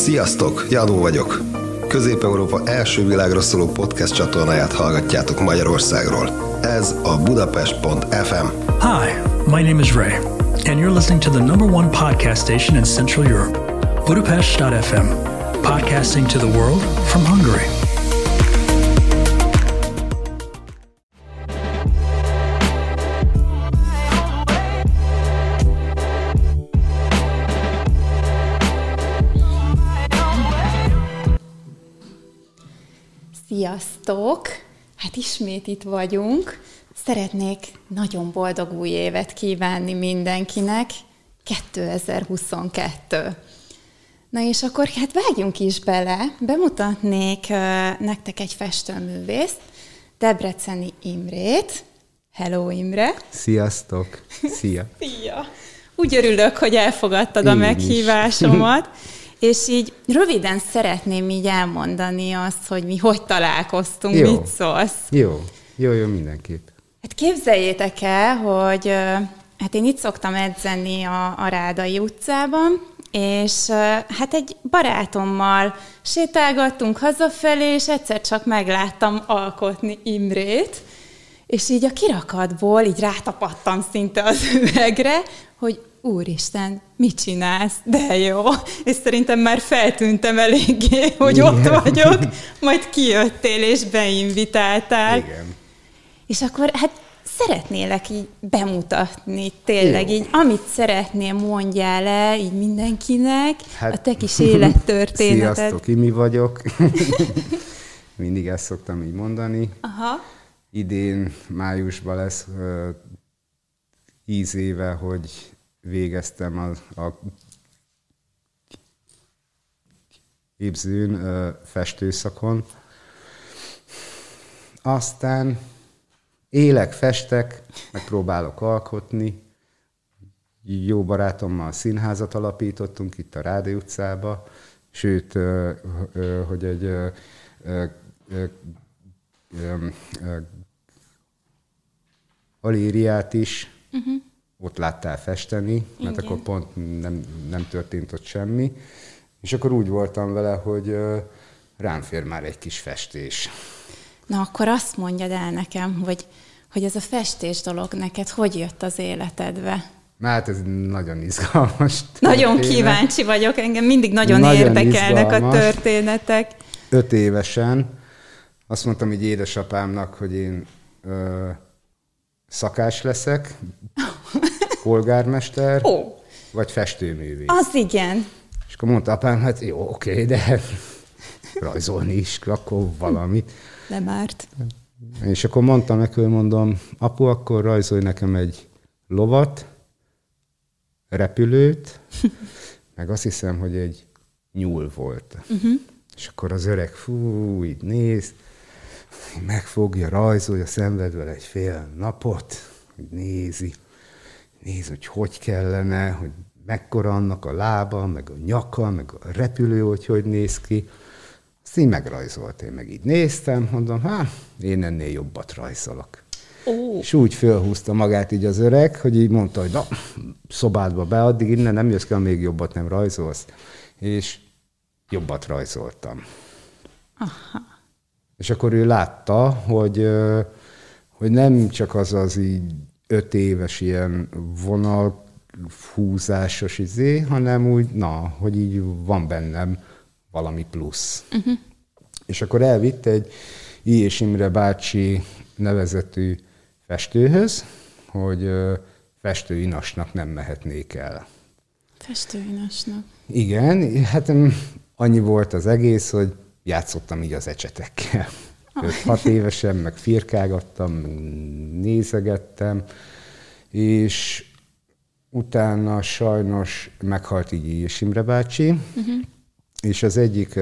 Sziasztok, Jadó vagyok. Közép-Európa első világra szóló podcast csatornáját hallgatjátok Magyarországról. Ez a Budapest.fm. Hi, my name is Ray, and you're listening to the #1 podcast station in Central Europe, Budapest.fm, podcasting to the world from Hungary. Sziasztok! Hát ismét itt vagyunk. Szeretnék nagyon boldog új évet kívánni mindenkinek. 2022. Na és akkor hát vágjunk is bele. Bemutatnék nektek egy festőművészt, Debreceni Imrét. Hello, Imre! Sziasztok! Szia! Szia! Úgy örülök, hogy elfogadtad a meghívásomat. És így röviden szeretném így elmondani azt, hogy mi hogy találkoztunk, jó. Mit szólsz? Jó, mindenképp. Hát képzeljétek el, hogy hát én itt szoktam edzeni a Rádai utcában, és hát egy barátommal sétálgattunk hazafelé, és egyszer csak megláttam alkotni Imrét, és így a kirakatból így rátapadtam szinte az üvegre, hogy úristen, mit csinálsz? De jó. És szerintem már feltűntem eléggé, hogy igen. Ott vagyok, majd kijöttél és beinvitáltál. Igen. És akkor hát szeretnélek így bemutatni tényleg, jó. Így amit szeretnél, mondjál le így mindenkinek, hát, a te kis élettörténeted. Sziasztok, Imi vagyok. Mindig ezt szoktam így mondani. Aha. Idén májusban lesz 10 éve, hogy végeztem a képzőn, festőszakon. Aztán élek, festek, megpróbálok alkotni. Jó barátommal színházat alapítottunk itt a Rádai utcába, sőt, hogy egy galériát is ott láttál festeni, mert igen. Akkor pont nem történt ott semmi. És akkor úgy voltam vele, hogy rám fér már egy kis festés. Na akkor azt mondjad el nekem, hogy ez a festés dolog neked hogy jött az életedbe? Hát ez nagyon izgalmas történet. Nagyon kíváncsi vagyok, engem mindig nagyon érdekelnek izgalmas. A történetek. 5 évesen azt mondtam így édesapámnak, hogy én szakás leszek, polgármester, vagy festőművész. Az igen. És akkor mondta apám, hát jó, oké, de rajzolni is, akkor valamit. Nem árt. És akkor mondtam neki, mondom, apu, akkor rajzolj nekem egy lovat, repülőt, meg azt hiszem, hogy egy nyúl volt. És akkor az öreg, így néz, megfogja, rajzolja, szenved vele egy fél napot, nézi, hogy kellene, hogy mekkora annak a lába, meg a nyaka, meg a repülő, hogy néz ki. Azt így megrajzolt, én meg így néztem, mondom, én ennél jobbat rajzolok. És úgy fölhúzta magát így az öreg, hogy így mondta, hogy na, szobádba be, addig innen nem jössz kell, még jobbat nem rajzolsz. És jobbat rajzoltam. Aha. És akkor ő látta, hogy nem csak az így 5 éves ilyen vonalhúzásos hanem úgy, hogy így van bennem valami plusz. És akkor elvitt egy I. és Imre bácsi nevezetű festőhöz, hogy festőinasnak nem mehetnék el. Festőinasnak? Igen, hát annyi volt az egész, hogy játszottam így az ecsetekkel. 5-6 évesen, meg firkálgattam, meg nézegettem, és utána sajnos meghalt így I. és Imre bácsi, és az egyik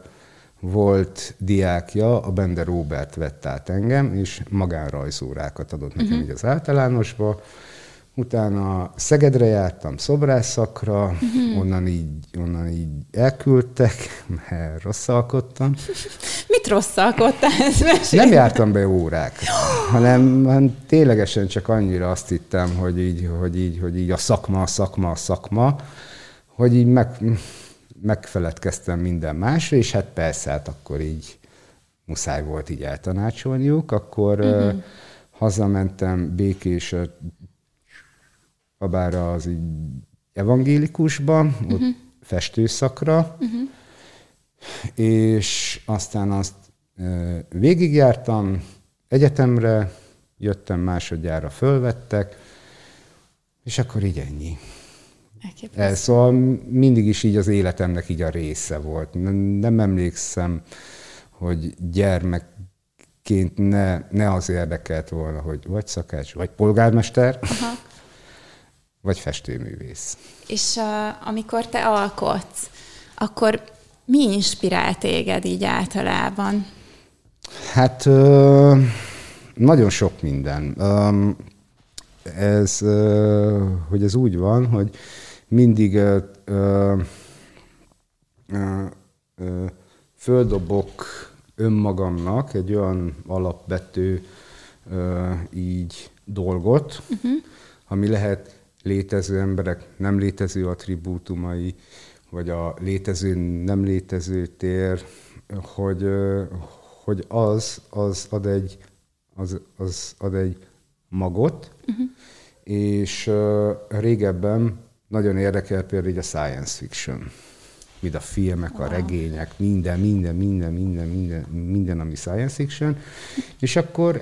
volt diákja, a Bender Róbert vett át engem, és magánrajzórákat adott nekem így az általánosba. Utána Szegedre jártam szobrászakra, onnan így elküldtek, mert rosszalkodtam. Mit rosszalkodtál? Nem jártam be órákra, hanem ténylegesen csak annyira azt hittem, hogy így a szakma, hogy így megfeledkeztem minden másra, és hát persze, hát akkor így muszáj volt így eltanácsolniuk, akkor hazamentem Békés babára, az így evangélikusba, ott festőszakra, és aztán azt végigjártam, egyetemre jöttem, másodjára fölvettek, és akkor így ennyi. Szóval mindig is így az életemnek így a része volt. Nem emlékszem, hogy gyermekként ne az érdekelt volna, hogy vagy szakács, vagy polgármester, vagy festőművész. És amikor te alkotsz, akkor mi inspirál téged így általában? Hát nagyon sok minden. Hogy ez úgy van, hogy mindig földobok önmagamnak egy olyan alapvető így dolgot, ami lehet létező emberek nem létező attribútumai, vagy a létező nem létező tér, hogy az ad egy magot, és régebben nagyon érdekel például a science fiction. Mind a filmek, a regények, minden, ami science fiction. És akkor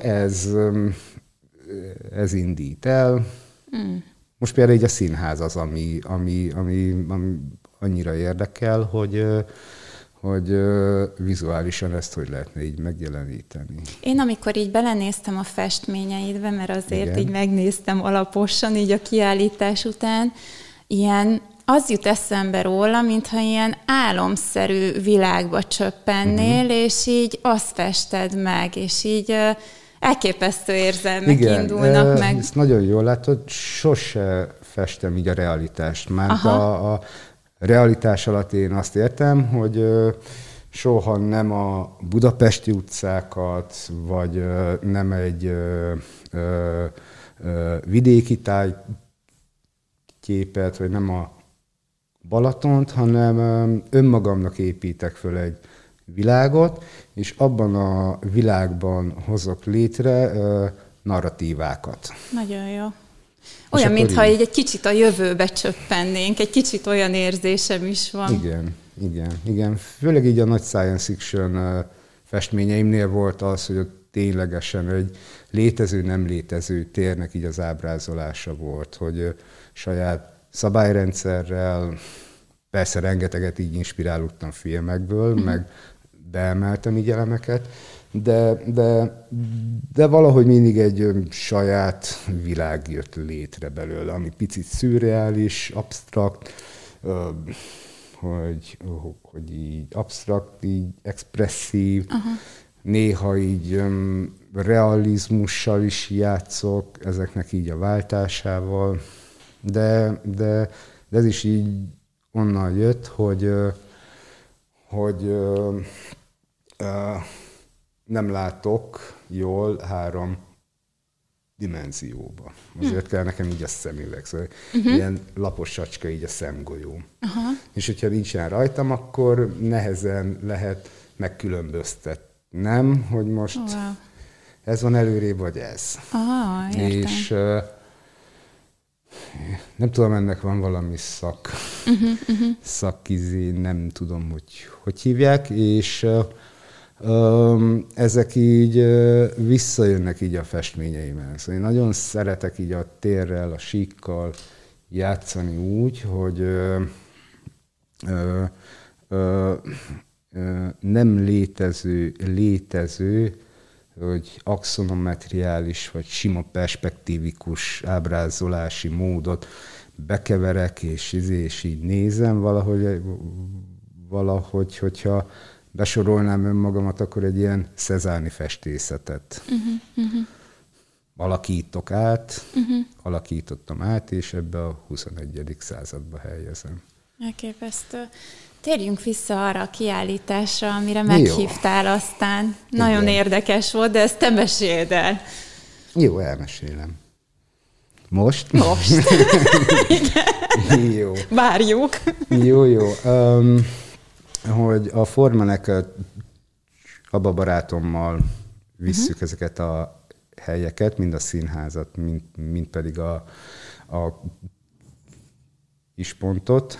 ez indít el. Most például így a színház az, ami annyira érdekel, hogy vizuálisan ezt hogy lehetne így megjeleníteni. Én amikor így belenéztem a festményeidbe, mert azért Igen. így megnéztem alaposan így a kiállítás után, az jut eszembe róla, mintha ilyen álomszerű világba csöppennél, és így azt fested meg, és így elképesztő érzelmek indulnak meg. Ezt nagyon jól látod, sose festem így a realitást. Már a realitás alatt én azt értem, hogy soha nem a budapesti utcákat, vagy nem egy vidéki tájképet, vagy nem a Balatont, hanem önmagamnak építek föl egy világot, és abban a világban hozok létre narratívákat. Nagyon jó. Olyan, mintha így egy kicsit a jövőbe csöppennénk, egy kicsit olyan érzésem is van. Igen. Főleg így a nagy science fiction festményeimnél volt az, hogy ott ténylegesen egy létező, nem létező térnek így az ábrázolása volt, hogy saját szabályrendszerrel, persze rengeteget így inspirálódtam filmekből, meg beemeltem így elemeket, de valahogy mindig egy saját világ jött létre belőle, ami picit szürreális, absztrakt, hogy így absztrakt, így expresszív, néha így realizmussal is játszok, ezeknek így a váltásával, de ez is így onnan jött, hogy nem látok jól 3 dimenzióba. Azért kell nekem így a szemüveg. Szóval ilyen lapos sacska így a szemgolyóm. És hogyha nincsen rajtam, akkor nehezen lehet megkülönböztetnem, hogy most ez van előrébb, vagy ez. Értem. És nem tudom, ennek van valami szakizé, nem tudom, hogy hívják, és ezek így visszajönnek így a festményeimen. Szóval én nagyon szeretek így a térrel, a síkkal játszani úgy, hogy nem létező, hogy axonometriális vagy sima perspektívikus ábrázolási módot bekeverek, és így nézem valahogy, hogyha besorolnám önmagamat, akkor egy ilyen szezáni festészetet alakítottam át, és ebbe a 21. századba helyezem. Elképesztő. Térjünk vissza arra a kiállításra, amire meghívtál aztán. Nagyon érdekes volt, de ezt te meséld el. Jó, elmesélem. Most. Jó. Várjuk. Jó. Hogy a Formaneket Abba barátommal visszük ezeket a helyeket, mind a színházat, mind pedig a kispontot,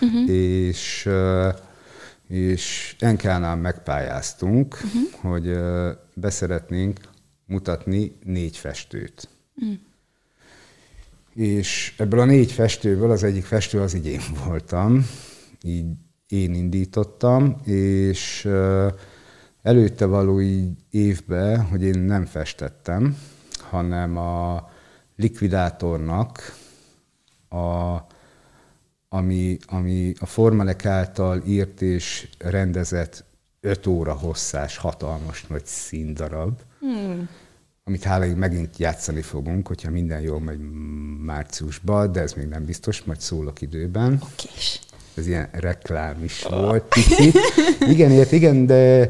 és NK-nál megpályáztunk, hogy beszeretnénk mutatni 4 festőt. És ebből a 4 festőből az egyik festő az így én voltam, így én indítottam, és előtte való évben, hogy én nem festettem, hanem a Likvidátornak, ami a Formanek által írt és rendezett 5 óra hosszás, hatalmas nagy színdarab, amit hála megint játszani fogunk, hogyha minden jól megy márciusban, de ez még nem biztos, majd szólok időben. Okés. Ez ilyen reklám is volt, picit. Igen,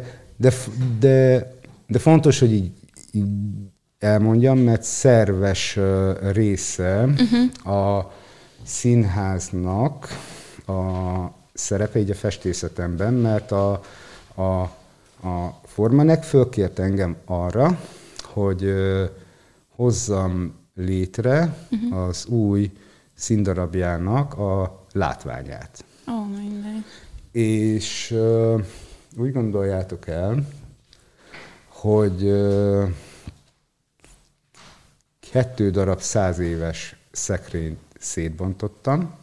de fontos, hogy így elmondjam, mert szerves része a színháznak a szerepe így a festészetemben, mert a Formanek fölkért engem arra, hogy hozzam létre az új színdarabjának a látványát. Mindegy. És úgy gondoljátok el, hogy 2 darab 100 éves szekrényt szétbontottam,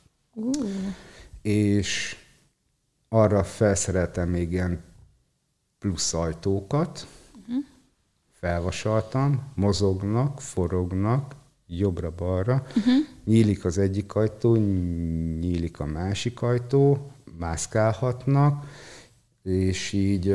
és arra felszereltem még ilyen plusz ajtókat, felvasaltam, mozognak, forognak, jobbra-balra, nyílik az egyik ajtó, nyílik a másik ajtó, mászkálhatnak, és így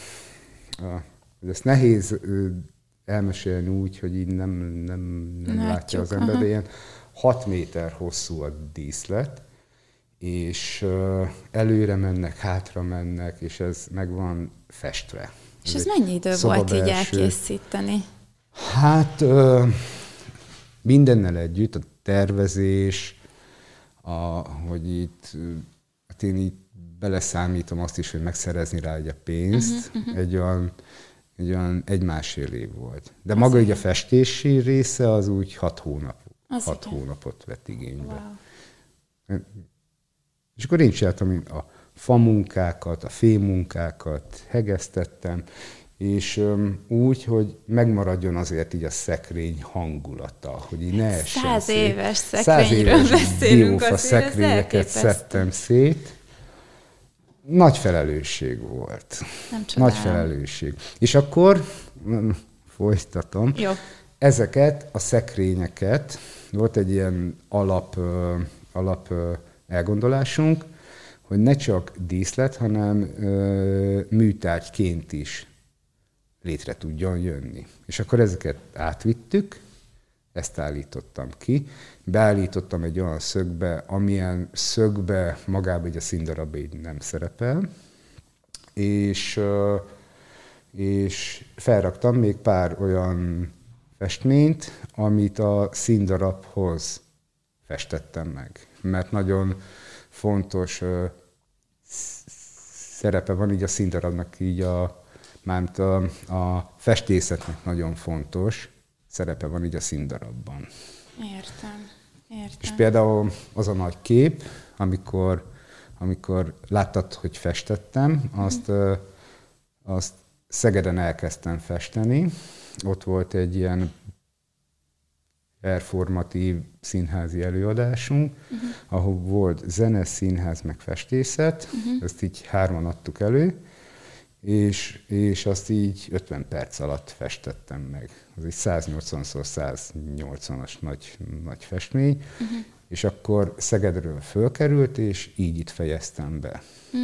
ezt nehéz elmesélni úgy, hogy így nem látja az ember, de ilyen 6 méter hosszú a díszlet, és előre mennek, hátra mennek, és ez meg van festve. És ez mennyi idő volt így elkészíteni? Hát mindennel együtt, a tervezés, hogy itt, hát én így beleszámítom azt is, hogy megszerezni rá a pénzt, egy olyan 1,5 év volt. De maga így a festési része az úgy 6 hónapot vett igénybe. Wow. És akkor én csináltam a famunkákat, a fémmunkákat, hegesztettem, és úgy, hogy megmaradjon azért így a szekrény hangulata, hogy így ne essen 100 éves szekrényről beszélünk, diófa szekrényeket szedtem szét. Nagy felelősség volt. Nagy felelősség. És akkor folytatom. Jó. Ezeket a szekrényeket, volt egy ilyen alap elgondolásunk, hogy ne csak díszlet, hanem műtárgyként is létre tudjon jönni. És akkor ezeket átvittük, ezt állítottam ki, beállítottam egy olyan szögbe, amilyen szögbe magában így a színdarab így nem szerepel, és felraktam még pár olyan festményt, amit a színdarabhoz festettem meg. Mert nagyon fontos szerepe van így a színdarabnak, így mármint a festészetnek nagyon fontos szerepe van így a színdarabban. Értem. És például az a nagy kép, amikor láttad, hogy festettem, azt Szegeden elkezdtem festeni. Ott volt egy ilyen performatív színházi előadásunk, ahol volt zene, színház, meg festészet, ezt így 3 adtuk elő, és azt így 50 perc alatt festettem meg. Az egy 180x180-as nagy festmény, és akkor Szegedről fölkerült, és így itt fejeztem be.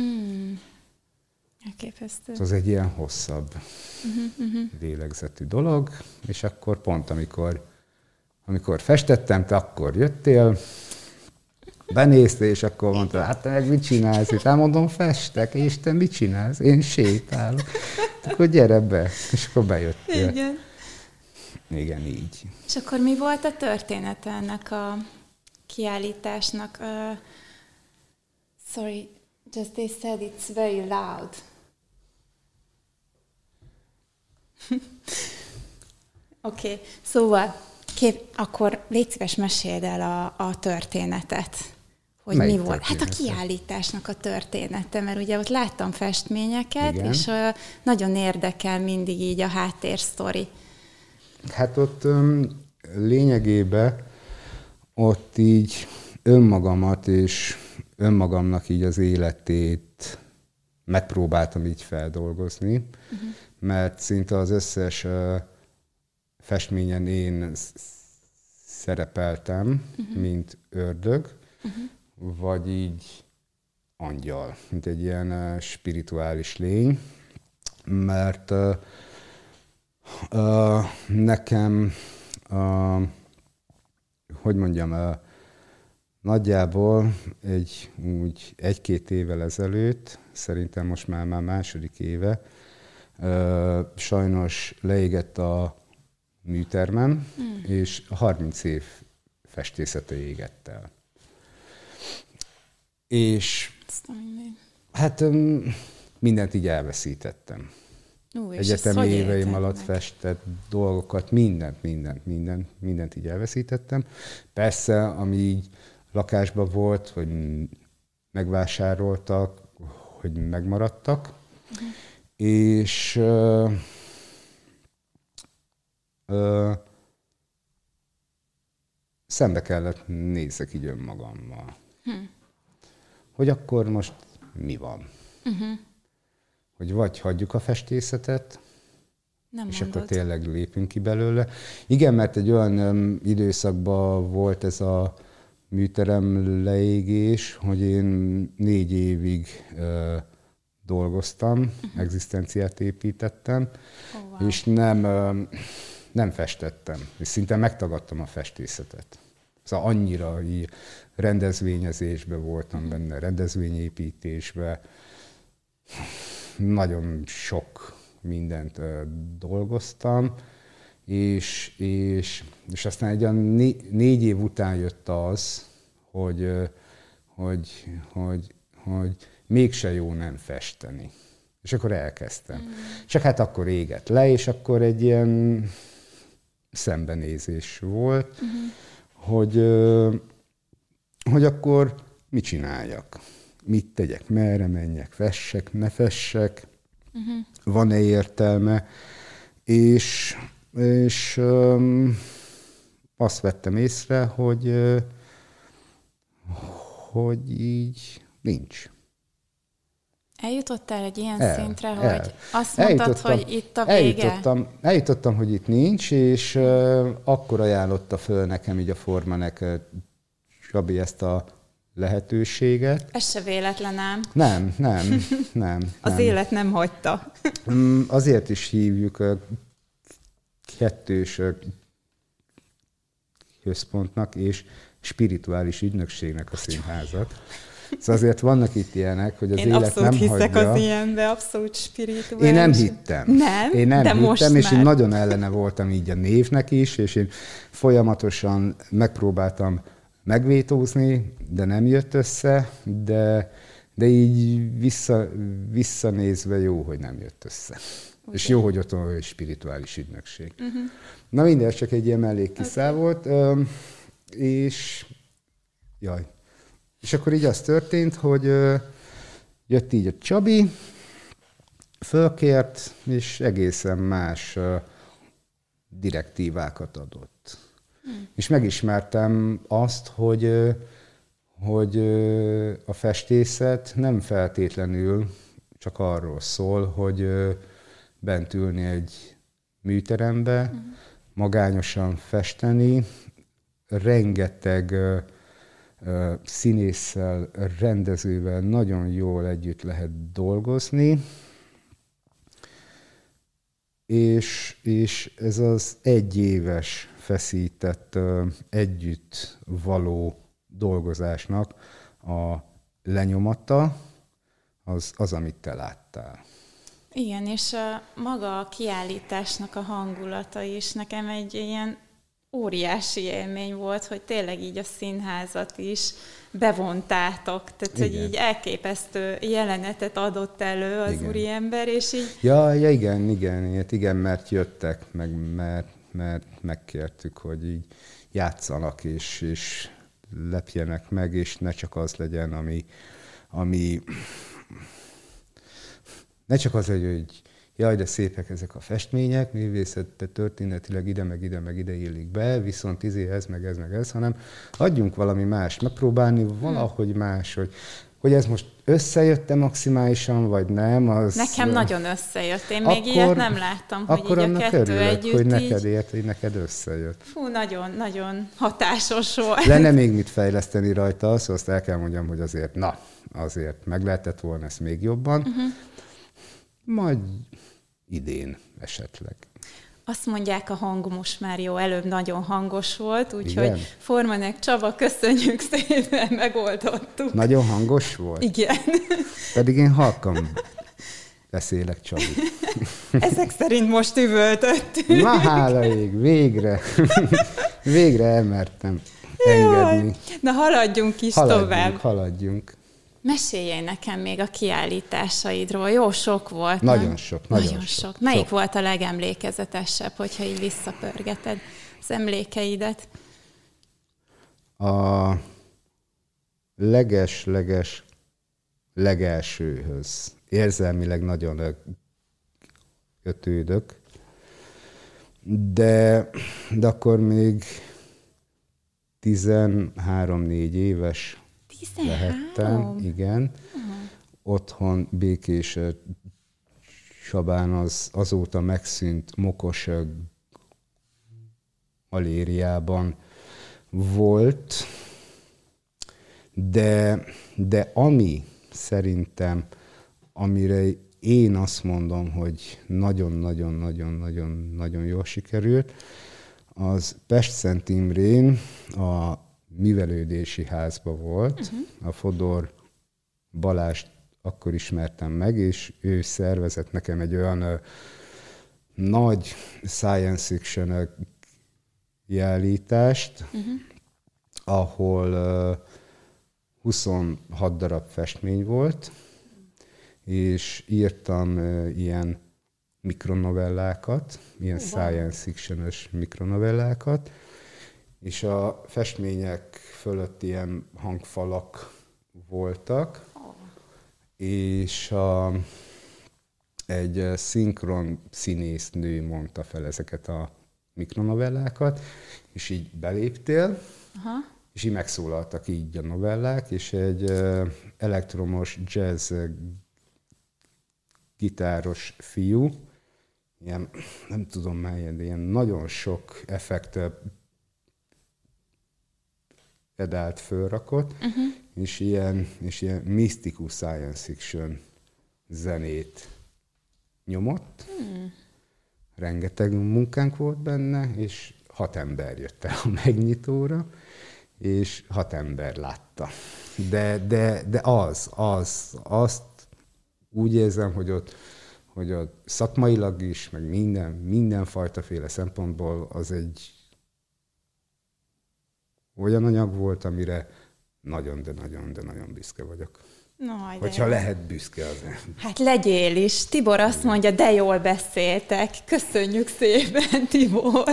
Elképesztő. Az egy ilyen hosszabb lélegzetű dolog, és akkor pont amikor festettem, te akkor jöttél, benéztél, és akkor mondta, hát te meg mit csinálsz? Itt mondom, festek, és te mit csinálsz? Én sétálok. Akkor gyere be, és akkor bejöttél. Igen. Igen, így. És akkor mi volt a története ennek a kiállításnak? Sorry, just they said it's very loud. Oké, szóval akkor légy szíves, meséld el a történetet. Hogy melyik mi volt? történetet? Hát a kiállításnak a története, mert ugye ott láttam festményeket, Igen. és nagyon érdekel mindig így a háttérsztori. Hát ott lényegében ott így önmagamat és önmagamnak így az életét megpróbáltam így feldolgozni, mert szinte az összes festményen én szerepeltem, mint ördög, vagy így angyal, mint egy ilyen spirituális lény, mert nekem, hogy mondjam, nagyjából úgy 1-2 évvel ezelőtt, szerintem most már második éve, sajnos leégett a műtermem, és 30 év festészete égett el. És hát mindent így elveszítettem. Egyetemi éveim alatt festett dolgokat, mindent így elveszítettem. Persze, ami így lakásban volt, hogy megvásároltak, hogy megmaradtak, és szembe kellett nézzek így önmagammal. Hogy akkor most mi van? Hogy vagy hagyjuk a festészetet, Nem és mondod. akkor tényleg lépünk ki belőle. Igen, mert egy olyan időszakban volt ez a műterem leégés, hogy én 4 évig dolgoztam, egzisztenciát építettem, és nem festettem, és szinte megtagadtam a festészetet. Szóval annyira így rendezvényezésben voltam benne, rendezvényépítésben, nagyon sok mindent dolgoztam, és aztán egy olyan 4 év után jött az, hogy mégse jó nem festeni. És akkor elkezdtem. Csak hát akkor égett le, és akkor egy ilyen szembenézés volt, hogy akkor mit csináljak? Mit tegyek? Merre menjek? Fessek? Ne fessek? Van-e értelme? És azt vettem észre, hogy így nincs. Eljutottál egy ilyen szintre, hogy azt mondtad, hogy itt a vége? Eljutottam, hogy itt nincs, és akkor ajánlotta föl nekem így a Formanek Csabi ezt a lehetőséget. Ez se véletlen ám. Nem. Az élet nem hagyta. Azért is hívjuk kettős központnak és spirituális ügynökségnek a színházat. Szóval azért vannak itt ilyenek, hogy az élet nem hagyja. Én abszolút hiszek az ilyenbe, abszolút spirituális. Én nem hittem. Nem? Én nem de hittem, most és már. én nagyon ellene voltam így a névnek is, és én folyamatosan megpróbáltam megvétózni, de nem jött össze, de így visszanézve jó, hogy nem jött össze. Ugye. És jó, hogy ott van egy spirituális ügynökség. Na minden, csak egy ilyen mellékkiszál volt, és akkor így az történt, hogy jött így a Csabi, fölkért, és egészen más direktívákat adott. És megismertem azt, hogy a festészet nem feltétlenül csak arról szól, hogy bent ülni egy műterembe, magányosan festeni, rengeteg színésszel, rendezővel nagyon jól együtt lehet dolgozni, és ez az 1 éves feszített együtt való dolgozásnak a lenyomata, az, amit te láttál. Igen, és maga a kiállításnak a hangulata is nekem egy ilyen óriási élmény volt, hogy tényleg így a színházat is bevontátok, tehát igen. Hogy így elképesztő jelenetet adott elő az igen. úriember, és így... Ja, igen, mert jöttek, mert megkértük, hogy így játszanak, és lepjenek meg, és ne csak az legyen, ami ne csak az, hogy jaj, de szépek ezek a festmények, művészet történetileg ide, meg ide illik be, viszont ez, meg ez, hanem adjunk valami más, megpróbálni valahogy más, hogy ez most összejött-e maximálisan, vagy nem. Az nekem nagyon összejött. Én még ilyet nem láttam, hogy így a kettő örülök, együtt hogy neked összejött. Fú, nagyon, nagyon hatásos volt. Lenne még mit fejleszteni rajta, szóval azt el kell mondjam, hogy azért meg lehetett volna ezt még jobban. Majd idén esetleg. Azt mondják, a hang most már jó, előbb nagyon hangos volt, úgyhogy Formanek Csaba, köszönjük szépen, megoldottuk. Nagyon hangos volt? Igen. Pedig én halkan beszélek, Csabi. Ezek szerint most üvöltöttünk. Na hála ég, végre elmertem engedni. Na haladjunk is tovább. Haladjunk. Mesélj nekem még a kiállításaidról. Jó sok volt, Nagyon sok. Melyik volt a legemlékezetesebb, hogyha így visszapörgeted az emlékeidet? A legelsőhöz érzelmileg nagyon kötődök, de akkor még 13-4 éves lehettem, igen. Otthon Békés Csabán azóta megszűnt Mokos galériában volt, de ami szerintem, amire én azt mondom, hogy nagyon-nagyon jól sikerült, az Pest-Szent Imrén a művelődési házba volt. A Fodor Balást akkor ismertem meg, és ő szervezett nekem egy olyan nagy science fiction kiállítást, ahol 26 darab festmény volt, és írtam ilyen mikronovellákat, ilyen science fiction-ös mikronovellákat, és a festmények fölött ilyen hangfalak voltak, és egy szinkron színésznő mondta fel ezeket a mikronovellákat, és így beléptél, és így megszólaltak így a novellák, és egy elektromos jazz gitáros fiú, ilyen, nem tudom melyen, de ilyen nagyon sok effektet pedált fölrakott, és ilyen misztikus science fiction zenét nyomott. Rengeteg munkánk volt benne, és 6 ember jött el a megnyitóra, és 6 ember látta. De azt úgy érzem, hogy ott szakmailag is, meg mindenfajtaféle szempontból az egy olyan anyag volt, amire nagyon büszke vagyok. Hogyha lehet büszke az. Hát legyél is. Tibor azt mondja, de jól beszéltek. Köszönjük szépen, Tibor.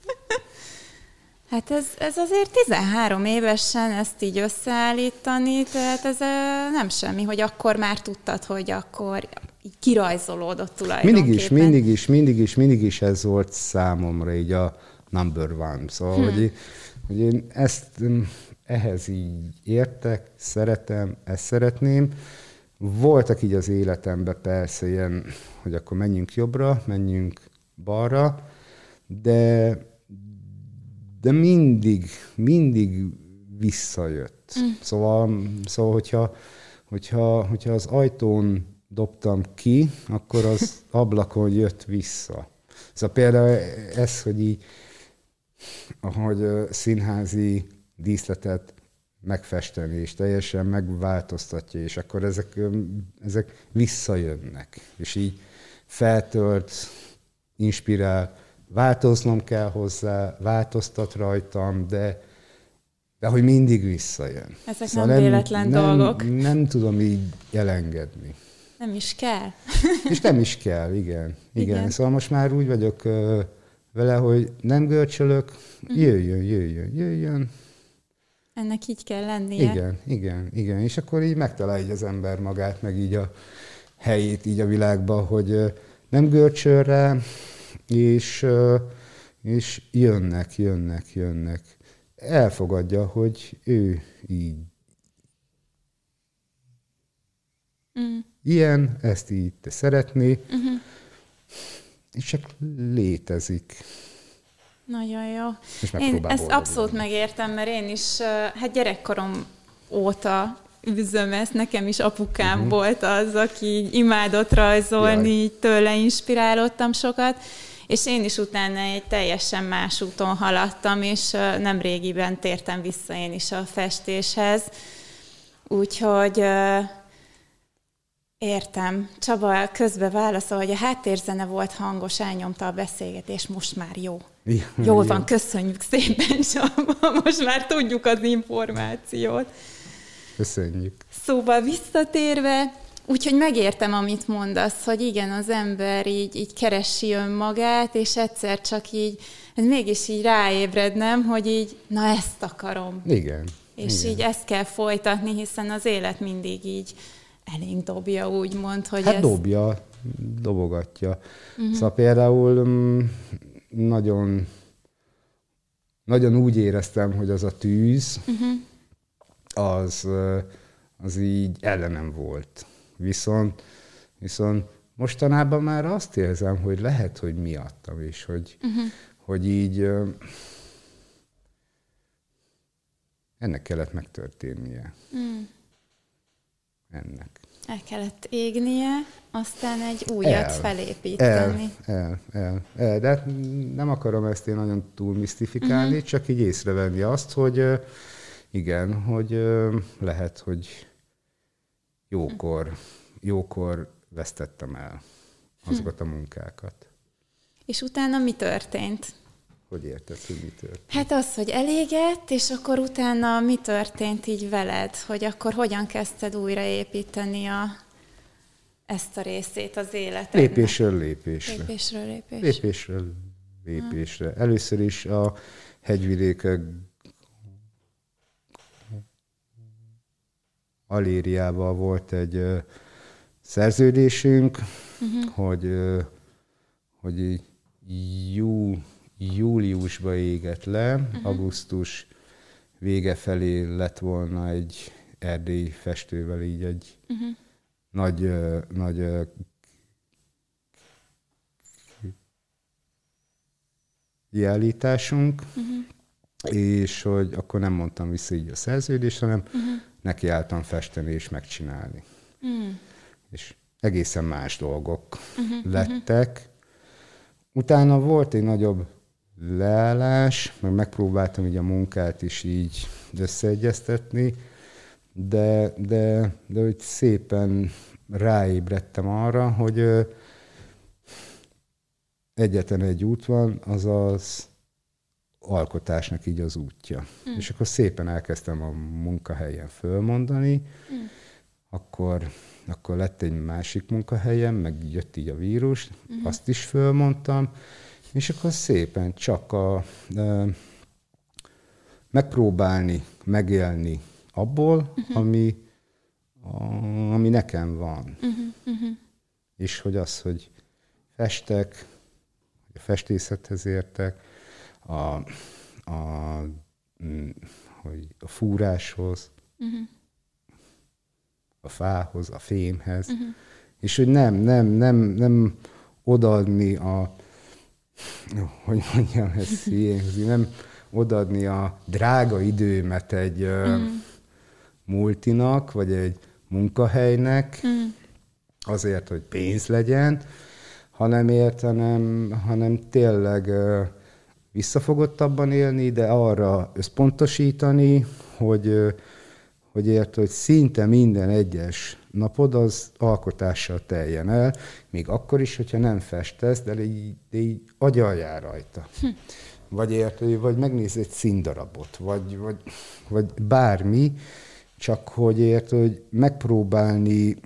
Hát ez azért 13 évesen ezt így összeállítani, tehát ez nem semmi, hogy akkor már tudtad, hogy akkor így kirajzolódott tulajdonképpen. Mindig is ez volt számomra így a number one. Szóval, hogy én ehhez így értek, szeretem, ezt szeretném. Voltak így az életemben persze ilyen, hogy akkor menjünk jobbra, menjünk balra, de mindig visszajött. Szóval hogyha az ajtón dobtam ki, akkor az ablakon jött vissza. Szóval például ez, hogy így, ahogy színházi díszletet megfesteni, és teljesen megváltoztatja, és akkor ezek visszajönnek. És így feltölt, inspirál, változnom kell hozzá, változtat rajtam, de hogy mindig visszajön. Ezek szóval nem véletlen dolgok. Nem tudom így elengedni. Nem is kell. És nem is kell, igen. Szóval most már úgy vagyok vele, hogy nem görcsölök, jöjjön. Ennek így kell lennie. Igen. És akkor így megtalálja az ember magát, meg így a helyét így a világban, hogy nem görcsöl rá, és jönnek. Elfogadja, hogy ő így ilyen, ezt így te szeretné, és csak létezik. Nagyon jó. Én ezt abszolút megértem, mert én is gyerekkorom óta üzöm ezt, nekem is apukám volt az, aki imádott rajzolni, így tőle inspirálódtam sokat, és én is utána egy teljesen más úton haladtam, és nem régiben tértem vissza én is a festéshez. Úgyhogy értem. Csaba közbe válaszol, hogy a háttérzene volt hangos, elnyomta a beszélgetés, most már jó. Jól van, köszönjük szépen, Csaba, most már tudjuk az információt. Köszönjük. Szóval visszatérve, úgyhogy megértem, amit mondasz, hogy igen, az ember így keresi önmagát, és egyszer csak így, mégis így ráébrednem, hogy így, na ezt akarom. Igen. És így ezt kell folytatni, hiszen az élet mindig így elénk dobja, úgymond, hogy ez... dobogatja. Szóval például nagyon úgy éreztem, hogy az a tűz, az így ellenem volt. Viszont mostanában már azt érzem, hogy lehet, hogy miattam is, hogy így ennek kellett megtörténnie. Ennek. El kellett égnie, aztán egy újat felépíteni. De hát nem akarom ezt én nagyon túl misztifikálni, csak így észrevenni azt, hogy igen, hogy lehet, hogy jókor vesztettem el azokat a munkákat. És utána mi történt? Hogy érted, hogy mi történt? Hát az, hogy elégett, és akkor utána mi történt így veled? Hogy akkor hogyan kezdted újraépíteni ezt a részét az életednek? Lépésről lépésre. Először is a hegyvidékek Alériával volt egy szerződésünk, hogy júliusban égett le, augusztus vége felé lett volna egy erdélyi festővel így egy nagy kiállításunk, és hogy akkor nem mondtam vissza így a szerződést, hanem nekiálltam festeni és megcsinálni. És egészen más dolgok lettek. Utána volt egy nagyobb leállás, meg megpróbáltam így a munkát is így összeegyeztetni, de hogy szépen ráébredtem arra, hogy egyetlen egy út van, azaz alkotásnak így az útja. És akkor szépen elkezdtem a munkahelyen fölmondani, akkor lett egy másik munkahelyem, meg jött így a vírus, azt is fölmondtam, és akkor szépen csak megpróbálni, megélni abból, ami nekem van. És hogy az, hogy festek, hogy a festészethez értek, hogy a fúráshoz, a fához, a fémhez, és hogy nem odaadni hogy mondjam ezt nem odaadni a drága időmet egy multinak, vagy egy munkahelynek, azért, hogy pénz legyen, hanem tényleg visszafogottabban élni, de arra összpontosítani, hogy hogy érted, hogy szinte minden egyes napod az alkotással teljen el, még akkor is, hogyha nem festesz, de így agyaljál rajta. Vagy érted, vagy megnéz egy színdarabot, vagy bármi, csak hogy érted, hogy megpróbálni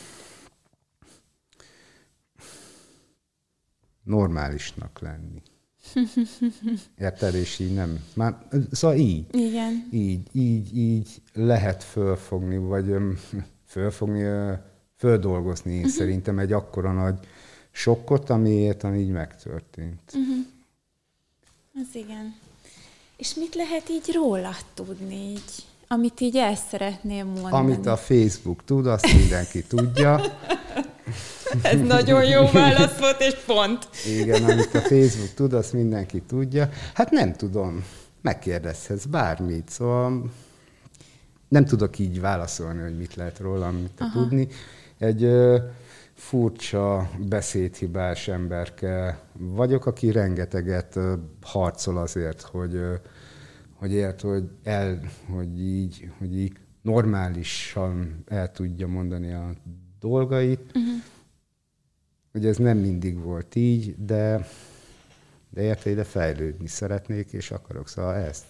normálisnak lenni. Érted? És így nem. Már, szóval így. Igen. Így lehet fölfogni, vagy földolgozni én szerintem egy akkora nagy sokkot, ami így megtörtént. Az igen. És mit lehet így rólad tudni, így, amit így el szeretném mondani? Amit a Facebook tud, azt mindenki tudja. Ez nagyon jó válasz volt, és pont. Igen, amit a Facebook tud, azt mindenki tudja. Hát nem tudom, megkérdezhetsz bármit, szóval nem tudok így válaszolni, hogy mit lehet rólam tudni. Egy furcsa, beszédhibás emberke vagyok, aki rengeteget harcol azért, hogy így normálisan el tudja mondani a dolgait. Ugye ez nem mindig volt így, de érted, de fejlődni szeretnék, és akarok, szóval ezt.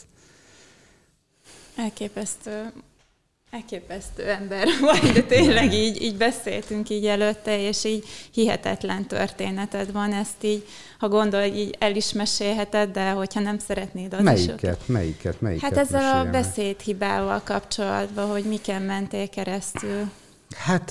Elképesztő ember vagy, de tényleg így beszéltünk így előtte, és így hihetetlen történeted van, ezt így, ha gondolod, így el is mesélheted, de hogyha nem szeretnéd, az Melyiket Hát ezzel meséljem? A beszédhibával kapcsolatban, hogy miken mentél keresztül? Hát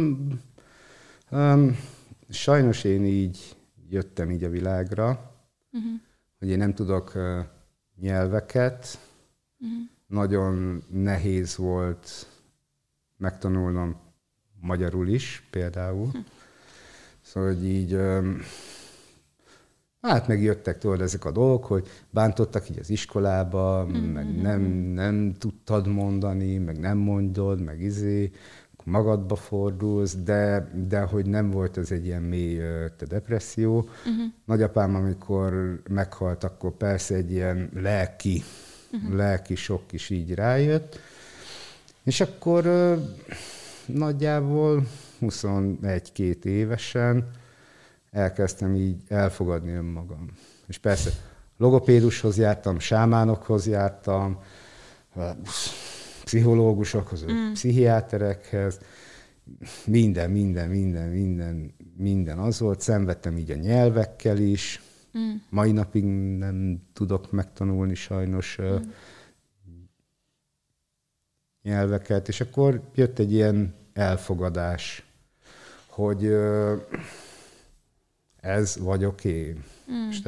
sajnos én így jöttem így a világra, hogy én nem tudok nyelveket, nagyon nehéz volt megtanulnom magyarul is például. Szóval, hogy így, hát megjöttek tőled ezek a dolgok, hogy bántottak így az iskolába, meg nem tudtad mondani, meg nem mondod, meg magadba fordulsz, de hogy nem volt ez egy ilyen mély depresszió. Nagyapám, amikor meghalt, akkor persze egy ilyen lelki sok is így rájött. És akkor nagyjából 21-2 évesen elkezdtem így elfogadni önmagam. És persze logopédushoz jártam, sámánokhoz jártam, pszichológusokhoz, pszichiáterekhez, minden az volt. Szenvedtem így a nyelvekkel is. Mai napig nem tudok megtanulni sajnos nyelveket, és akkor jött egy ilyen elfogadás, hogy ez vagyok én. És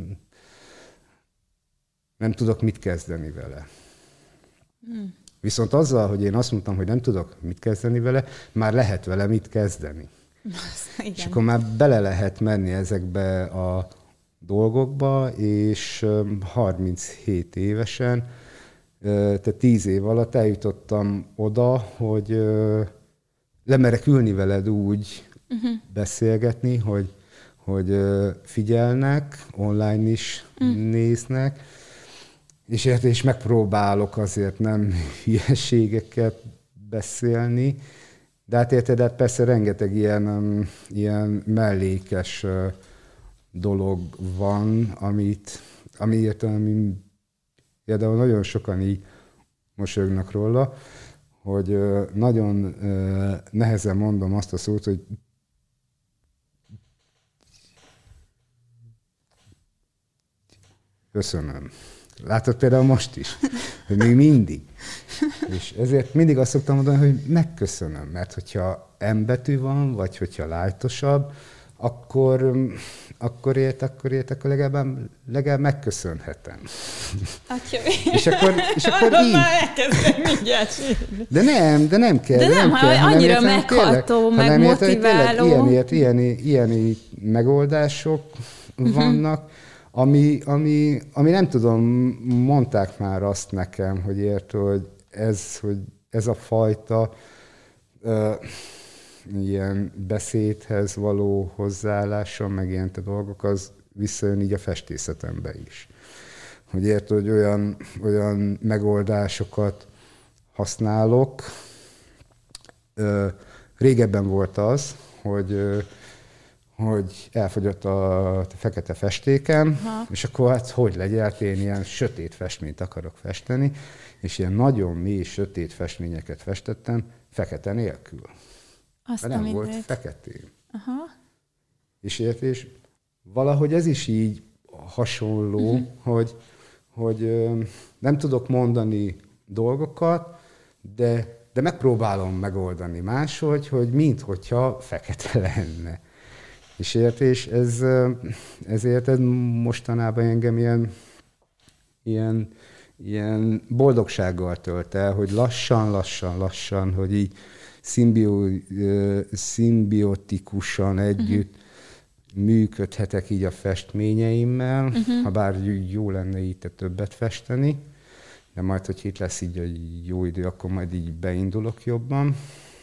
nem tudok mit kezdeni vele. Viszont azzal, hogy én azt mondtam, hogy nem tudok mit kezdeni vele, már lehet vele mit kezdeni. Igen. És akkor már bele lehet menni ezekbe a dolgokba, és 37 évesen, tehát 10 év alatt eljutottam oda, hogy lemerek ülni veled úgy beszélgetni, hogy figyelnek, online is néznek, és megpróbálok azért nem hülyeségeket beszélni, de hát érted, hát persze rengeteg ilyen mellékes dolog van, ami például nagyon sokan így mosolyognak róla, hogy nagyon nehezen mondom azt a szót, hogy köszönöm. Látod például most is, hogy még mindig. És ezért mindig azt szoktam mondani, hogy megköszönöm, mert hogyha M betű van, vagy hogyha lájtosabb, akkor legalább megköszönhetem. És akkor így. Már elkezdem mindjárt sírni. De nem kell. De nem, annyira megható, meg motiváló. Ilyen megoldások vannak, ami nem tudom, mondták már azt nekem, hogy ez a fajta ilyen beszédhez való hozzáállásom, meg ilyen dolgok, az visszajön így a festészetembe is. Hogy hogy olyan megoldásokat használok. Régebben volt az, hogy elfogyott a fekete festéken, és akkor hát hogy legyen, hát én ilyen sötét festményt akarok festeni, és ilyen nagyon mély, sötét festményeket festettem, fekete nélkül. Azt nem volt feketén. Aha. És valahogy ez is így hasonló, hogy nem tudok mondani dolgokat, de megpróbálom megoldani máshogy, hogy minthogyha fekete lenne. És ezért ez mostanában engem ilyen boldogsággal tölt el, hogy lassan, hogy így szimbiotikusan együtt működhetek így a festményeimmel, ha bár jó lenne így többet festeni, de majd, hogy itt lesz így a jó idő, akkor majd így beindulok jobban.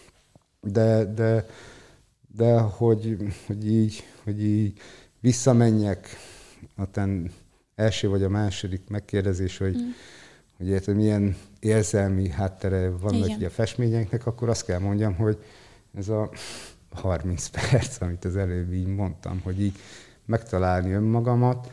De hogy így visszamenjek a első vagy a második megkérdezés, hogy érted, milyen érzelmi háttere vannak így a festményeknek, akkor azt kell mondjam, hogy ez a 30 perc, amit az előbb így mondtam, hogy így megtalálni önmagamat,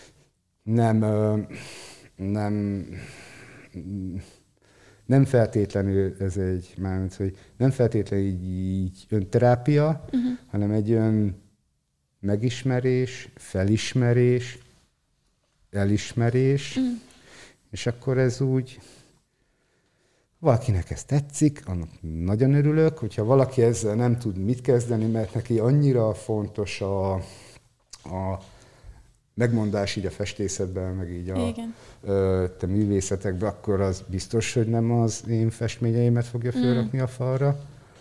nem feltétlenül ez egy, mármint, hogy nem feltétlenül így önterápia, hanem egy ön megismerés, felismerés, elismerés, és akkor ez úgy, valakinek ez tetszik, annak nagyon örülök, hogyha valaki ezzel nem tud mit kezdeni, mert neki annyira fontos a megmondás így a festészetben, meg így te művészetekben, akkor az biztos, hogy nem az én festményeimet fogja fölrakni a falra.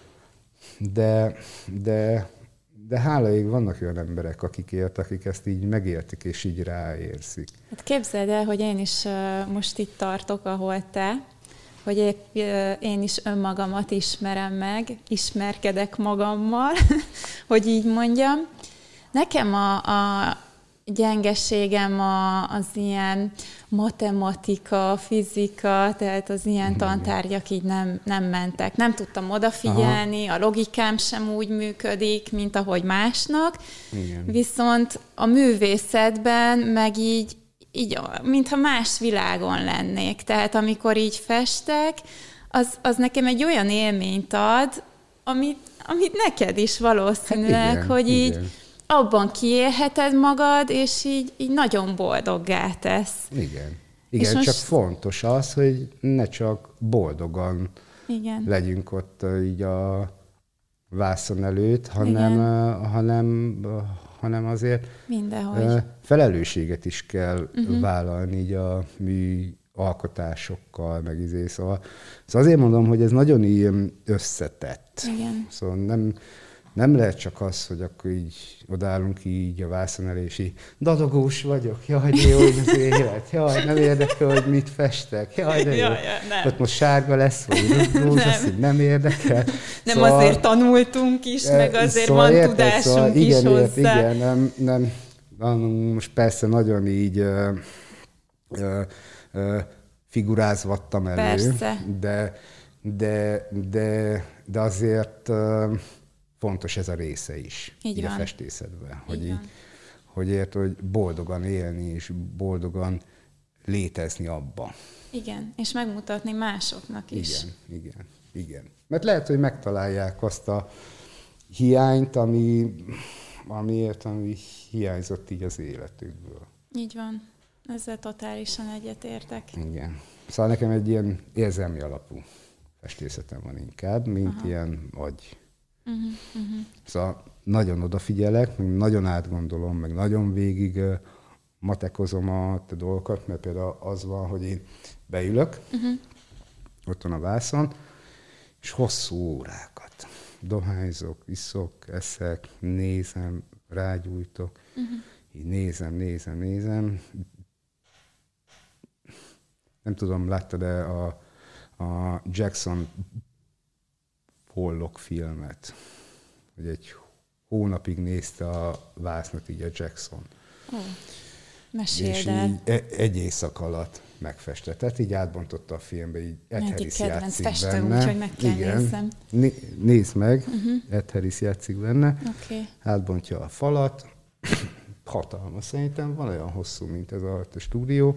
De hála ég, vannak olyan emberek, akik ezt így megértik, és így ráérzik. Hát képzeld el, hogy én is most itt tartok, ahol te, hogy én is önmagamat ismerem meg, ismerkedek magammal, hogy így mondjam. Nekem a gyengeségem az ilyen matematika, fizika, tehát az ilyen tantárgyak így nem mentek. Nem tudtam odafigyelni, a logikám sem úgy működik, mint ahogy másnak. Igen. Viszont a művészetben meg így mintha más világon lennék. Tehát amikor így festek, az nekem egy olyan élményt ad, amit neked is valószínűleg, hát igen, hogy így igen. Abban kiélheted magad, és így nagyon boldoggá tesz. Igen, csak fontos az, hogy ne csak boldogan legyünk ott így a vászon előtt, hanem azért mindenhogy felelősséget is kell vállalni így a mű alkotásokkal, meg szóval azért mondom, hogy ez nagyon ilyen összetett. Igen. Szóval nem lehet csak az, hogy akkor így odállunk így a vászon elé, és így dadogós vagyok, jaj, de jó az élet, jaj, nem érdekel, hogy mit festek, jaj, de jó. Ott most sárga lesz, vagy rózsaszín, nem érdekel. Nem szóval, azért tanultunk is, meg azért szóval van tudásunk szóval is hozzá. Igen, nem, most persze nagyon így figurázvattam elő, de azért fontos ez a része is így a festészetben, hogy boldogan élni és boldogan létezni abba. Igen, és megmutatni másoknak is. Igen. Mert lehet, hogy megtalálják azt a hiányt, ami hiányzott így az életükből. Így van. Ezzel totálisan egyetértek. Igen. Szóval nekem egy ilyen érzelmi alapú festészetem van inkább, mint ilyen agy. Szóval nagyon odafigyelek, meg nagyon átgondolom, meg nagyon végig matekozom a dolgokat, mert például az van, hogy én beülök, ott van a vászon, és hosszú órákat dohányzok, iszok, eszek, nézem, rágyújtok, így nézem. Nem tudom, láttad-e a Jackson Pollock filmet, hogy egy hónapig nézte a vásznat így a Jackson. Meséld el. És így egy éjszak alatt megfestett. Tehát így átbontotta a filmbe, így Ed Harris játszik festő, benne. úgyhogy meg kell nézzem. Nézd meg, Ed Harris játszik benne. Okay. Átbontja a falat. Hatalmas szerintem, van olyan hosszú, mint ez a stúdió.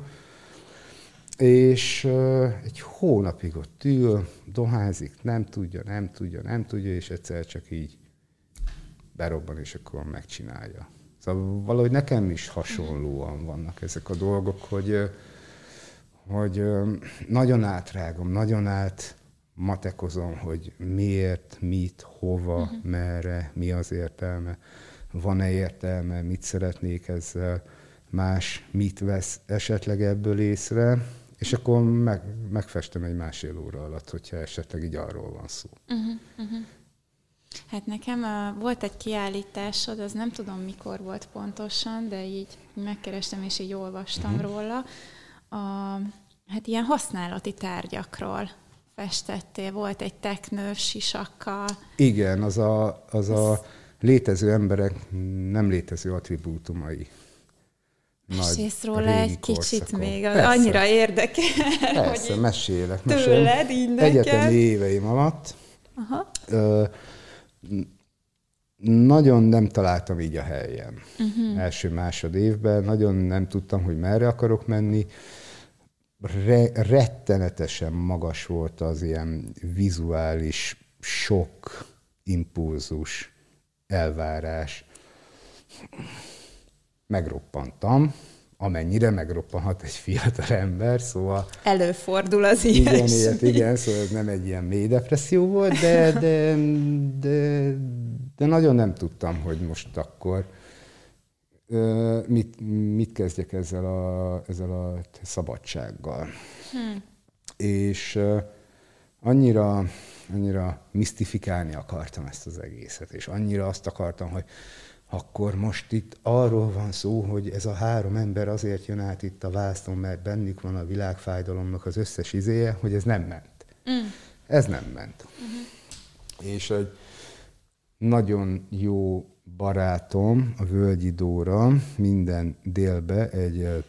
És egy hónapig ott ül, dohányzik, nem tudja, és egyszer csak így berobban, és akkor megcsinálja. Szóval valahogy nekem is hasonlóan vannak ezek a dolgok, hogy nagyon átrágom, nagyon átmatekozom, hogy miért, mit, hova, merre, mi az értelme, van-e értelme, mit szeretnék ezzel, más mit vesz esetleg ebből észre, és akkor megfestem egy másfél óra alatt, hogyha esetleg így arról van szó. Hát nekem volt egy kiállításod, az nem tudom mikor volt pontosan, de így megkerestem és így olvastam róla. Hát ilyen használati tárgyakról festettél. Volt egy teknős sisakkal. Igen, az a létező emberek nem létező attribútumai. Mesélsz róla egy kicsit korszakon. még, Persze. Annyira érdekel. Persze, hogy mesélek. Tőled, így nekem. Egyetemi éveim alatt nagyon nem találtam így a helyem. Első-másod évben nagyon nem tudtam, hogy merre akarok menni. Rettenetesen magas volt az ilyen vizuális sok, impulzus, elvárás. Megroppantam, amennyire megroppanhat egy fiatal ember, szóval... Előfordul az ilyesmi. Igen, szóval ez nem egy ilyen mély depresszió volt, de nagyon nem tudtam, hogy most akkor mit kezdjek ezzel a szabadsággal. És annyira misztifikálni akartam ezt az egészet, és annyira azt akartam, hogy akkor most itt arról van szó, hogy ez a 3 ember azért jön át itt a vásznon, mert bennük van a világfájdalomnak az összes izéje, hogy ez nem ment. Ez nem ment. És egy nagyon jó barátom, a Völgyi Dóra minden délbe egy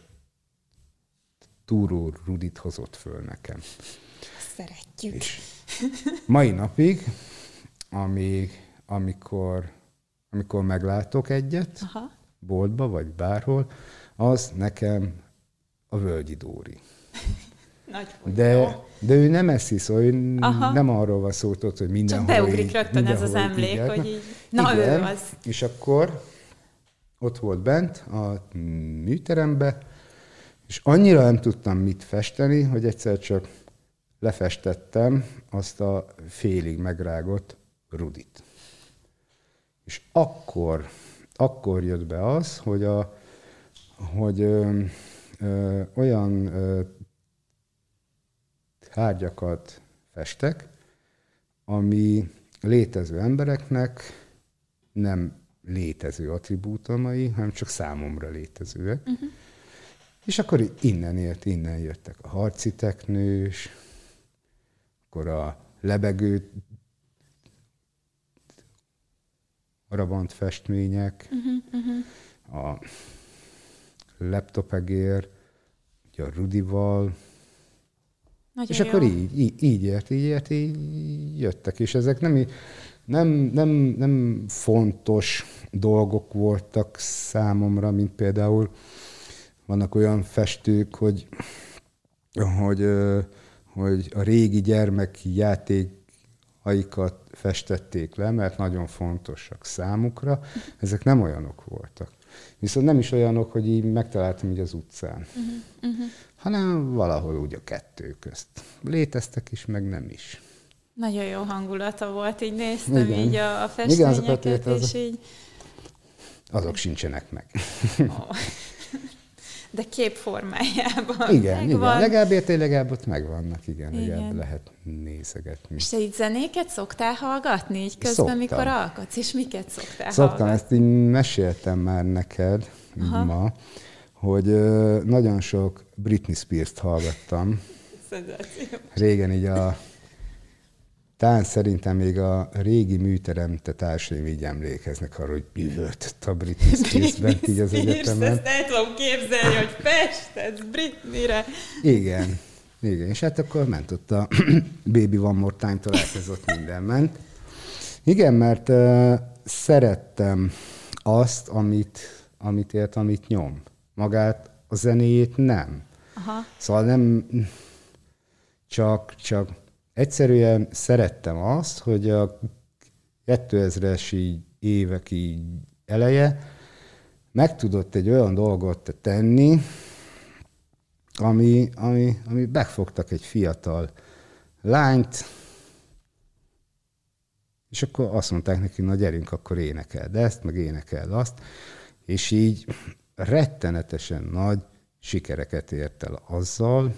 túró Rudit hozott föl nekem. Szeretjük. És mai napig, amikor meglátok egyet, boltba vagy bárhol, az nekem a Völgyi Dóri. De ő nem ezt hisz, hogy nem arról van szó, hogy mindenhol csak beugrik rögtön ez az emlék, így, hogy így, igen, ő az. És akkor ott volt bent a műterembe, és annyira nem tudtam mit festeni, hogy egyszer csak lefestettem azt a félig megrágott Rudit. És akkor jött be az, hogy olyan tárgyakat festek, ami létező embereknek nem létező attribútumai, hanem csak számomra létezőek. És akkor innen jöttek a harci teknős, akkor a lebegő rabant festmények, a laptopegér, a Rudival, nagyon és jó. Akkor így jöttek, és ezek nem fontos dolgok voltak számomra, mint például vannak olyan festők, hogy a régi gyermekjátékaikat festették le, mert nagyon fontosak számukra. Ezek nem olyanok voltak. Viszont nem is olyanok, hogy így megtaláltam így az utcán. Hanem valahol úgy a kettő közt. Léteztek is, meg nem is. Nagyon jó hangulata volt, így néztem így a festményeket, igen, és így... Azok sincsenek meg. De képformájában igen, legalább ott megvannak, legalább lehet nézegetni. És te így zenéket szoktál hallgatni így közben, mikor alkotsz? És miket szoktál hallgatni? Ezt így meséltem már neked ma, hogy nagyon sok Britney Spears-t hallgattam. Régen így talán szerintem még a régi műteremte társaim így emlékeznek arra, hogy üvöltött a Britney Spears bent így az egyetemen. Ezt el tudom képzelni, hogy fested Britneyre. Igen, és hát akkor ment ott a Baby One More Time-tól elkezdett minden ment. Igen, mert szerettem azt, amit nyom. Magát a zenéjét nem. Aha. Szóval nem csak egyszerűen szerettem azt, hogy a 2000-es évek így eleje meg tudott egy olyan dolgot tenni, ami megfogtak egy fiatal lányt, és akkor azt mondták neki, na gyerünk, akkor énekeld ezt, meg énekeld azt, és így rettenetesen nagy sikereket ért el azzal,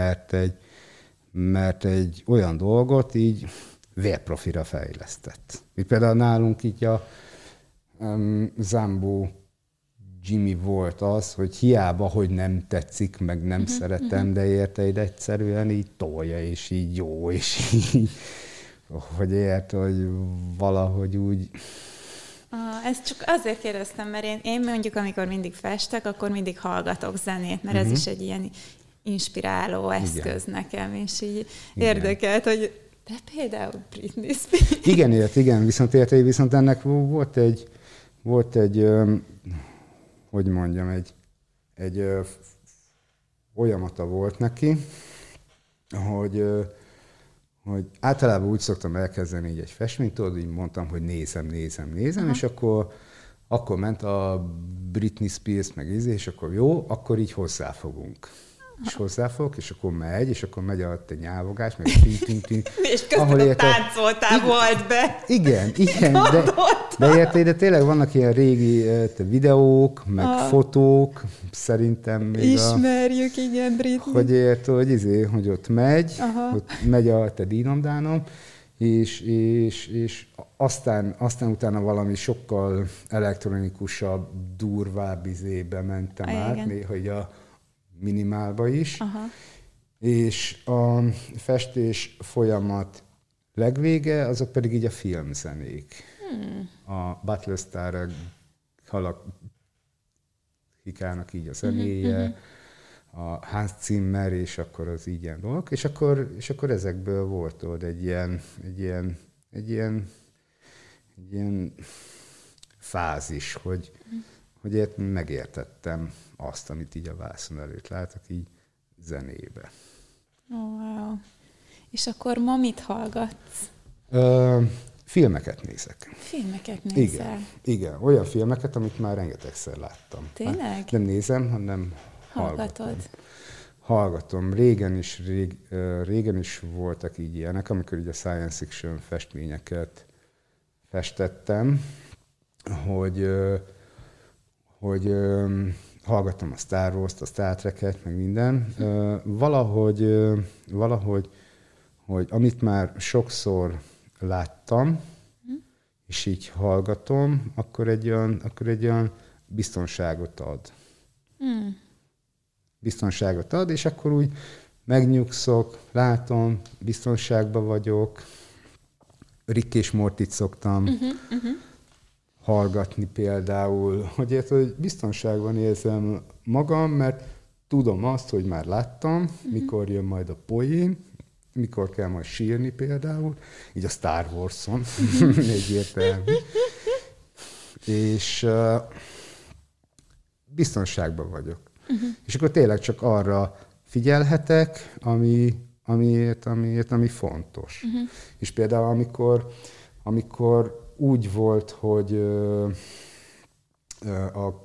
mert egy olyan dolgot így vérprofira fejlesztett. Itt például nálunk így a Zambó Jimmy volt az, hogy hiába, hogy nem tetszik, meg nem szeretem, de érted, egyszerűen így tolja, és így jó, és így, hogy hogy valahogy úgy... Ezt csak azért kérdeztem, mert én mondjuk, amikor mindig festek, akkor mindig hallgatok zenét, mert ez is egy ilyen inspiráló eszköz nekem, és így érdekelt, hogy te például Britney Spears. Igen, viszont ennek volt egy hogy mondjam, egy folyamata volt neki, hogy általában úgy szoktam elkezdeni így egy festményt, tudod, így mondtam, hogy nézem, és akkor ment a Britney Spears meg és akkor jó, akkor így hozzáfogunk. És hozzáfog, és akkor megy a nyávogás, meg a ting. És közben táncoltál, volt be. Igen, de tényleg vannak ilyen régi videók, meg fotók, szerintem még ismerjük, igen, Britney. Hogy ott megy a te dínomdánom, és aztán utána valami sokkal elektronikusabb, durvább izébe mentem át, néha így a minimálba is, és a festés folyamat legvége, azok pedig így a filmzenék. A Battlestar Galachikának így a zenéje, a Hans Zimmer, és akkor az így ilyen dolgok, és akkor ezekből volt ott egy ilyen fázis, hogy megértettem azt, amit így a vászon előtt látok, így zenébe. Wow. És akkor ma mit hallgatsz? Filmeket nézek. Filmeket nézel? Igen, olyan filmeket, amit már rengetegszer láttam. Tényleg? Nem nézem, hanem hallgatom. Régen is voltak így ilyenek, amikor így a science fiction festményeket festettem, hogy hallgattam a Star Wars-t, a Star Trek-et, meg minden. Valahogy, hogy amit már sokszor láttam, és így hallgatom, akkor egy olyan biztonságot ad. Biztonságot ad, és akkor úgy megnyugszok, látom, biztonságban vagyok. Rick és Mortit szoktam hallgatni például, hogy biztonságban érzem magam, mert tudom azt, hogy már láttam, mikor jön majd a poén, mikor kell majd sírni például, így a Star Wars-on, egyértelmű. És biztonságban vagyok. És akkor tényleg csak arra figyelhetek, ami fontos. És például amikor úgy volt, hogy a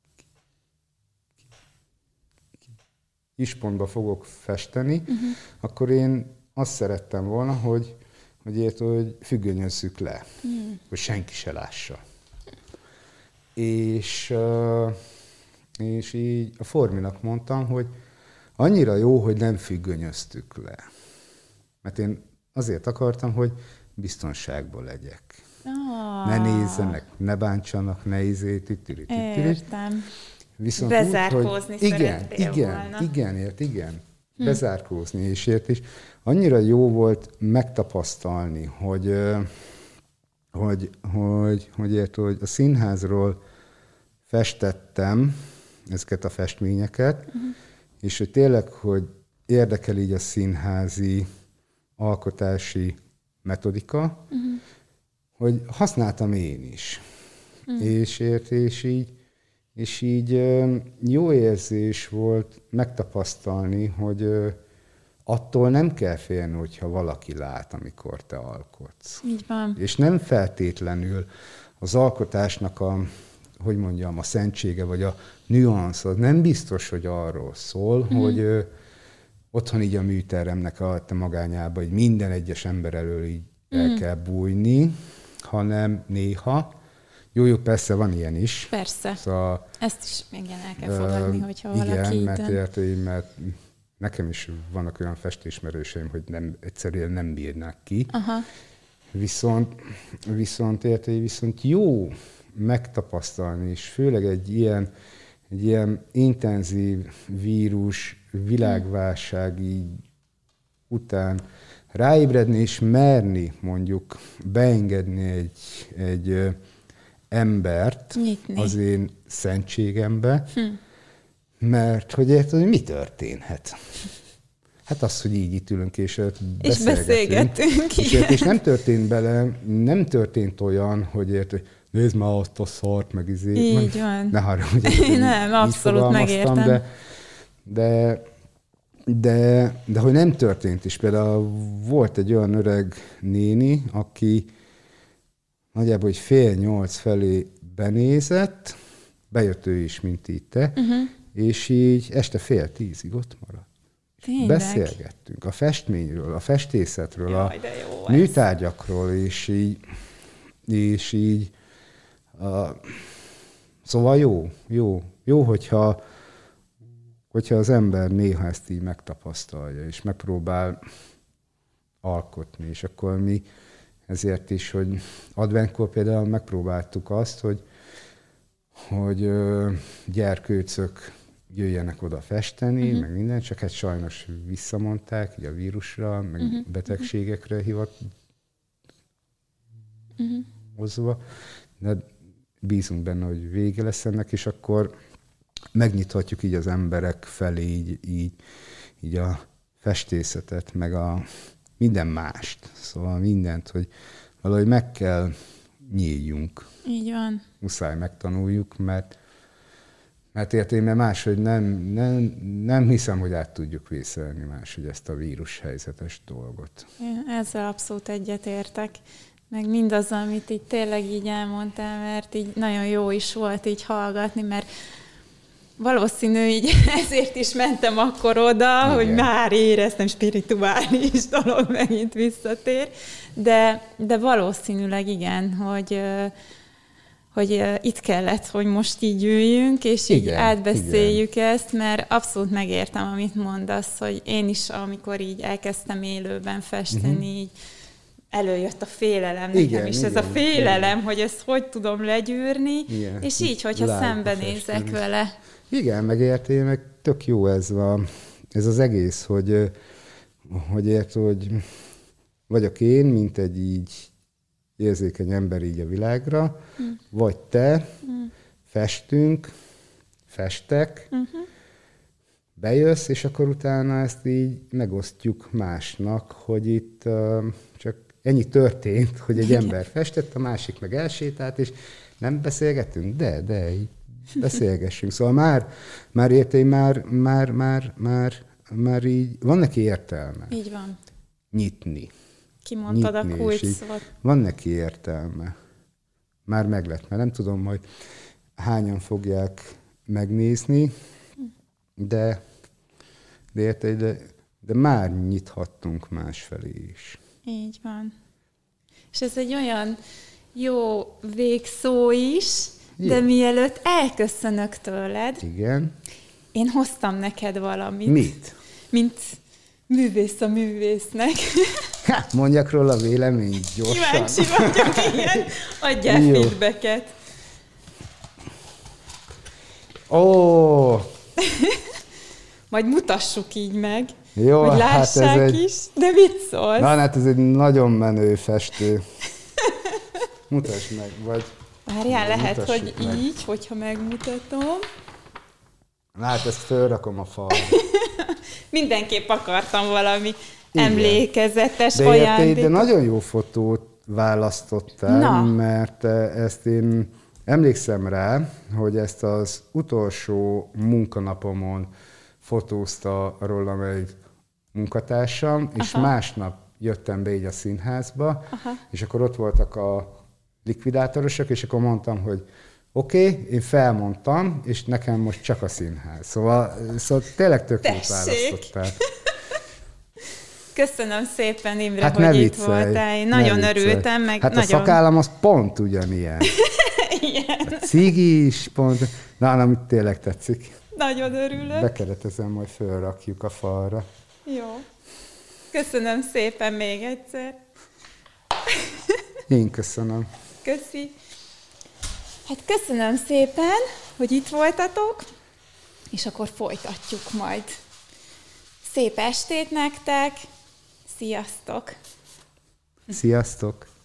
kispontba fogok festeni, akkor én azt szerettem volna, hogy függönyözzük le, hogy senki se lássa. És így a Forminak mondtam, hogy annyira jó, hogy nem függönyöztük le. Mert én azért akartam, hogy biztonságban legyek. Ne nézzenek, ne bántsanak, ne Értem. Viszont bezárkózni szerettél volna. Igen. bezárkózni, és annyira jó volt megtapasztalni, hogy a színházról festettem ezeket a festményeket, és hogy tényleg, hogy érdekel így a színházi alkotási metodika, hogy használtam én is. És így jó érzés volt megtapasztalni, hogy attól nem kell félni, hogyha valaki lát, amikor te alkotsz. Így van. És nem feltétlenül az alkotásnak a szentsége, vagy a nüansz, az nem biztos, hogy arról szól, hogy otthon így a műteremnek a magányába, hogy minden egyes ember elől így el kell bújni, hanem néha, jó, persze van ilyen is. Persze. Szóval, ezt is igen, el kell fogadni, hogyha valaki igen, mert nekem is vannak olyan festésmerőseim, hogy egyszerűen nem bírnák ki. Aha. Viszont jó megtapasztalni, és főleg egy ilyen intenzív vírus, világválság így után ráébredni és merni mondjuk beengedni egy embert nyitni az én szentségembe, mert hogy érted, hogy mi történhet? Hát az, hogy így itt ülünk és beszélgetünk. És nem történt olyan, hogy érted, nézd már azt a szart, meg így van. Ne haragudj, nem, abszolút megértem. De hogy nem történt is. Például volt egy olyan öreg néni, aki nagyjából 7:30 felé benézett, bejött ő is, mint így te, és így este 9:30 ott maradt. Tényleg? Beszélgettünk a festményről, a festészetről, a műtárgyakról, és így szóval jó, hogyha az ember néha ezt így megtapasztalja, és megpróbál alkotni, és akkor mi ezért is, hogy adventkor például megpróbáltuk azt, hogy gyerkőcök jöjjenek oda festeni, meg minden, csak hát sajnos visszamondták így a vírusra, meg betegségekre hivatkozva, de bízunk benne, hogy vége lesz ennek, és akkor megnyithatjuk így az emberek felé így a festészetet, meg a minden mást, szóval mindent, hogy valahogy meg kell nyíljunk. Így van. Muszáj megtanuljuk, mert értem, mert máshogy nem hiszem, hogy át tudjuk vészelni máshogy ezt a vírushelyzetes dolgot. Én ezzel abszolút egyetértek. Meg mindazzal, amit így tényleg így elmondtál, mert így nagyon jó is volt így hallgatni, mert valószínű, így ezért is mentem akkor oda, igen, hogy már éreztem, spirituális dolog megint visszatér, de valószínűleg igen, hogy itt kellett, hogy most így üljünk, és így átbeszéljük ezt, mert abszolút megértem, amit mondasz, hogy én is, amikor így elkezdtem élőben festeni, így előjött a félelem nekem is, ez a félelem, hogy ezt hogy tudom legyűrni, és így, hogyha szembenézek vele. Igen, megértem, meg tök jó ez az egész, hogy vagyok én, mint egy így érzékeny ember így a világra, vagy te, festek, bejössz, és akkor utána ezt így megosztjuk másnak, hogy itt csak ennyi történt, hogy egy ember festett, a másik meg elsétált, és nem beszélgetünk? De így beszélgessünk. Szóval már értem, már így van neki értelme. Így van. Nyitni. Kimondtad a kulcsszót. Van neki értelme. Már meglett, mert nem tudom, hogy hányan fogják megnézni, de már nyithattunk másfelé is. Így van. És ez egy olyan jó végszó is, de mielőtt elköszönök tőled, igen, én hoztam neked valamit. Mit? Mint művész a művésznek. Hát, mondjak róla véleményt gyorsan. Kíváncsi vagyok, igen. Adjál feedbacket. Ó! Majd mutassuk így meg. Jó, hogy lássák hát is, de mit szólsz? Na, hát ez egy nagyon menő festő. Mutasd meg, vagy... Várjál, lehet, hogy meg. így, hogyha megmutatom. Hát ezt fölrakom a falra. Mindenképp akartam valami emlékezetes de ajándékot. De nagyon jó fotót választottál, mert ezt én emlékszem rá, hogy ezt az utolsó munkanapomon fotózta rólam egy munkatársam, és másnap jöttem be így a színházba, és akkor ott voltak a likvidátorosok, és akkor mondtam, hogy oké, én felmondtam, és nekem most csak a színház. Szóval tényleg tök jót választottál. Köszönöm szépen, Imre, Hát hogy itt voltál. Én nagyon örültem, meg hát nagyon... a szakállam az pont ugyanilyen. Igen. A cigi is pont... Nálam tényleg tetszik. Nagyon örülök. Bekeretezem, majd fölrakjuk a falra. Jó. Köszönöm szépen még egyszer. Én köszönöm. Köszi. Hát köszönöm szépen, hogy itt voltatok, és akkor folytatjuk majd. Szép estét nektek! Sziasztok! Sziasztok!